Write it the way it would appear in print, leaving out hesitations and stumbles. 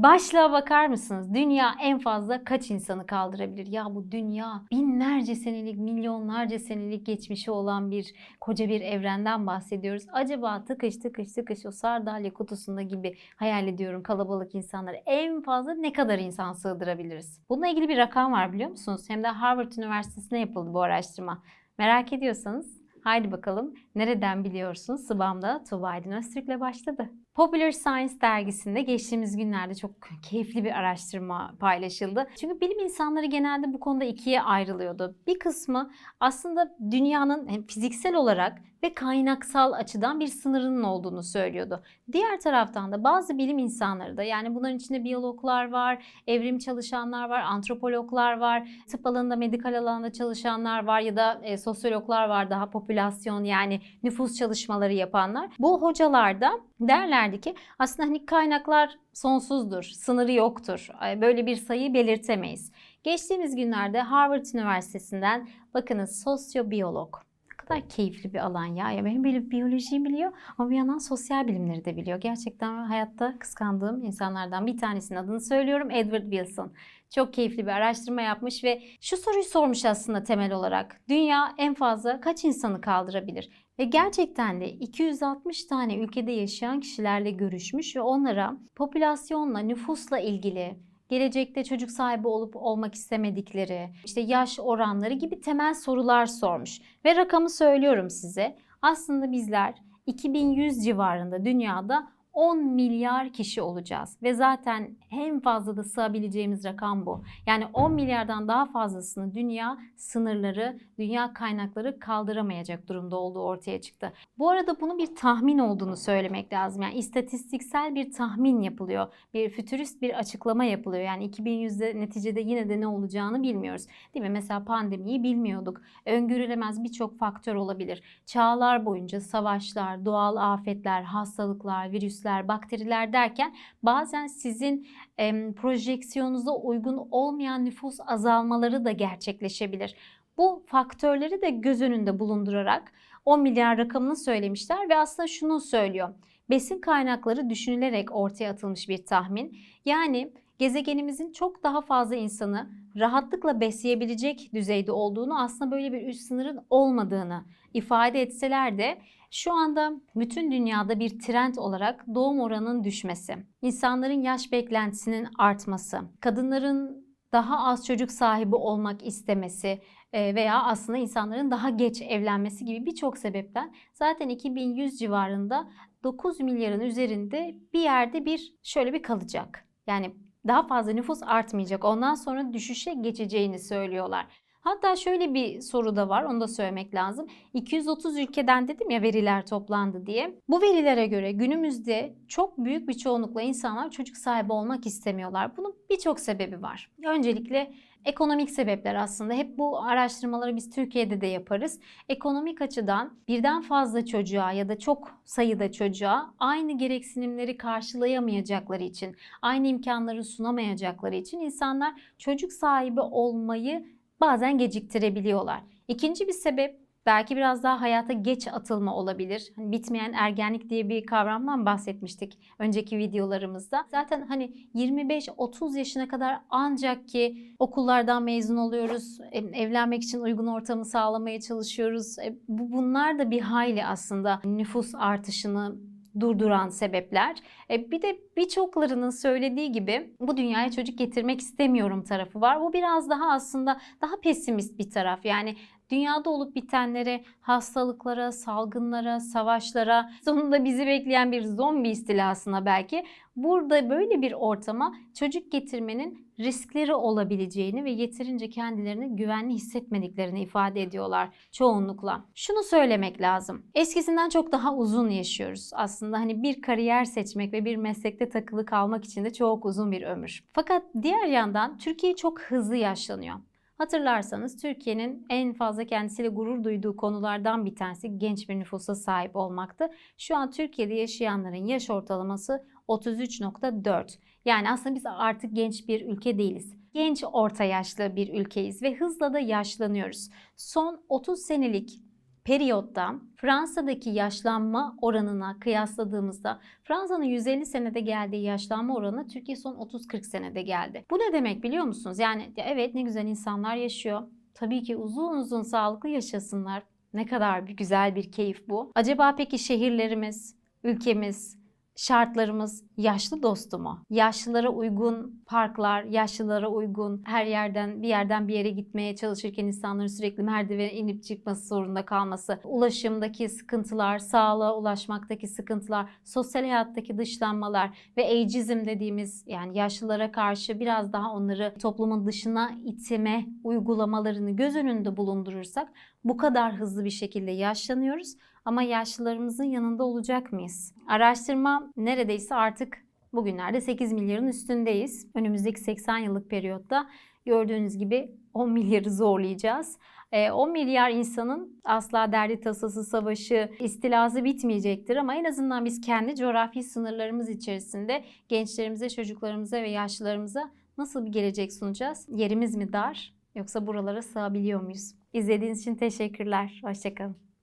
Başlığa bakar mısınız? Dünya en fazla kaç insanı kaldırabilir? Ya bu dünya binlerce senelik, milyonlarca senelik geçmişi olan bir koca bir evrenden bahsediyoruz. Acaba tıkış tıkış tıkış o sardalya kutusunda gibi hayal ediyorum kalabalık insanları. En fazla ne kadar insan sığdırabiliriz? Bununla ilgili bir rakam var biliyor musunuz? Hem de Harvard Üniversitesi'nde yapıldı bu araştırma. Merak ediyorsanız haydi bakalım nereden biliyorsunuz? Sıbam'da Tuğba Aydın Öztürk'le başladı. Popular Science dergisinde geçtiğimiz günlerde çok keyifli bir araştırma paylaşıldı. Çünkü bilim insanları genelde bu konuda ikiye ayrılıyordu. Bir kısmı aslında dünyanın hem fiziksel olarak ve kaynaksal açıdan bir sınırının olduğunu söylüyordu. Diğer taraftan da bazı bilim insanları da, yani bunların içinde biyologlar var, evrim çalışanlar var, antropologlar var, tıp alanında, medikal alanda çalışanlar var ya da sosyologlar var, daha popülasyon yani nüfus çalışmaları yapanlar. Bu hocalar da derlerdi ki aslında hani kaynaklar sonsuzdur, sınırı yoktur. Böyle bir sayı belirtemeyiz. Geçtiğimiz günlerde Harvard Üniversitesi'nden bakınız sosyobiyolog. Ne kadar keyifli bir alan ya. Ya benim böyle biyolojiyi biliyor ama bir yandan sosyal bilimleri de biliyor. Gerçekten hayatta kıskandığım insanlardan bir tanesinin adını söylüyorum. Edward Wilson. Çok keyifli bir araştırma yapmış ve şu soruyu sormuş aslında temel olarak. Dünya en fazla kaç insanı kaldırabilir? Ve gerçekten de 260 tane ülkede yaşayan kişilerle görüşmüş ve onlara popülasyonla, nüfusla ilgili, gelecekte çocuk sahibi olup olmak istemedikleri, işte yaş oranları gibi temel sorular sormuş. Ve rakamı söylüyorum size. Aslında bizler 2100 civarında dünyada 10 milyar kişi olacağız ve zaten en fazla da sığabileceğimiz rakam bu. Yani 10 milyardan daha fazlasını dünya sınırları, dünya kaynakları kaldıramayacak durumda olduğu ortaya çıktı. Bu arada bunu bir tahmin olduğunu söylemek lazım. Yani istatistiksel bir tahmin yapılıyor. Bir fütürist bir açıklama yapılıyor. Yani 2100'de neticede yine de ne olacağını bilmiyoruz. Değil mi? Mesela pandemiyi bilmiyorduk. Öngörülemez birçok faktör olabilir. Çağlar boyunca savaşlar, doğal afetler, hastalıklar, virüsler, bakteriler derken bazen sizin projeksiyonunuza uygun olmayan nüfus azalmaları da gerçekleşebilir. Bu faktörleri de göz önünde bulundurarak 10 milyar rakamını söylemişler ve aslında şunu söylüyor. Besin kaynakları düşünülerek ortaya atılmış bir tahmin. Yani gezegenimizin çok daha fazla insanı rahatlıkla besleyebilecek düzeyde olduğunu, aslında böyle bir üst sınırın olmadığını ifade etseler de şu anda bütün dünyada bir trend olarak doğum oranının düşmesi, insanların yaş beklentisinin artması, kadınların daha az çocuk sahibi olmak istemesi veya aslında insanların daha geç evlenmesi gibi birçok sebepten zaten 2100 civarında 9 milyarın üzerinde bir yerde şöyle bir kalacak. Yani daha fazla nüfus artmayacak. Ondan sonra düşüşe geçeceğini söylüyorlar. Hatta şöyle bir soru da var, onu da söylemek lazım. 230 ülkeden dedim ya veriler toplandı diye. Bu verilere göre günümüzde çok büyük bir çoğunlukla insanlar çocuk sahibi olmak istemiyorlar. Bunun birçok sebebi var. Öncelikle ekonomik sebepler aslında. Hep bu araştırmaları biz Türkiye'de de yaparız. Ekonomik açıdan birden fazla çocuğa ya da çok sayıda çocuğa aynı gereksinimleri karşılayamayacakları için, aynı imkanları sunamayacakları için insanlar çocuk sahibi olmayı bazen geciktirebiliyorlar. İkinci bir sebep belki biraz daha hayata geç atılma olabilir. Hani bitmeyen ergenlik diye bir kavramdan bahsetmiştik önceki videolarımızda. Zaten hani 25-30 yaşına kadar ancak ki okullardan mezun oluyoruz, evlenmek için uygun ortamı sağlamaya çalışıyoruz. Bunlar da bir hayli aslında nüfus artışını durduran sebepler. Bir de birçoklarının söylediği gibi bu dünyaya çocuk getirmek istemiyorum tarafı var. Bu biraz daha aslında daha pesimist bir taraf. Yani dünyada olup bitenlere, hastalıklara, salgınlara, savaşlara, sonunda bizi bekleyen bir zombi istilasına belki burada böyle bir ortama çocuk getirmenin riskleri olabileceğini ve yeterince kendilerini güvenli hissetmediklerini ifade ediyorlar çoğunlukla. Şunu söylemek lazım. Eskisinden çok daha uzun yaşıyoruz. Aslında hani bir kariyer seçmek ve bir meslekte takılı kalmak için de çok uzun bir ömür. Fakat diğer yandan Türkiye çok hızlı yaşlanıyor. Hatırlarsanız Türkiye'nin en fazla kendisiyle gurur duyduğu konulardan bir tanesi genç bir nüfusa sahip olmaktı. Şu an Türkiye'de yaşayanların yaş ortalaması 33,4. Yani aslında biz artık genç bir ülke değiliz. Genç orta yaşlı bir ülkeyiz ve hızla da yaşlanıyoruz. Son 30 senelik periyotta Fransa'daki yaşlanma oranına kıyasladığımızda Fransa'nın 150 senede geldiği yaşlanma oranı Türkiye son 30-40 senede geldi. Bu ne demek biliyor musunuz? Yani evet, ne güzel insanlar yaşıyor. Tabii ki uzun uzun sağlıklı yaşasınlar. Ne kadar bir güzel bir keyif bu. Acaba peki şehirlerimiz, ülkemiz, şartlarımız yaşlı dostu mu? Yaşlılara uygun parklar, yaşlılara uygun her yerden bir yerden bir yere gitmeye çalışırken insanların sürekli merdivene inip çıkması zorunda kalması, ulaşımdaki sıkıntılar, sağlığa ulaşmaktaki sıkıntılar, sosyal hayattaki dışlanmalar ve ageizm dediğimiz, yani yaşlılara karşı biraz daha onları toplumun dışına itme uygulamalarını göz önünde bulundurursak bu kadar hızlı bir şekilde yaşlanıyoruz. Ama yaşlılarımızın yanında olacak mıyız? Araştırma neredeyse artık bugünlerde 8 milyarın üstündeyiz. Önümüzdeki 80 yıllık periyotta gördüğünüz gibi 10 milyarı zorlayacağız. 10 milyar insanın asla derdi, tasası, savaşı, istilası bitmeyecektir ama en azından biz kendi coğrafi sınırlarımız içerisinde gençlerimize, çocuklarımıza ve yaşlılarımıza nasıl bir gelecek sunacağız? Yerimiz mi dar, yoksa buralara sığabiliyor muyuz? İzlediğiniz için teşekkürler. Hoşça kalın.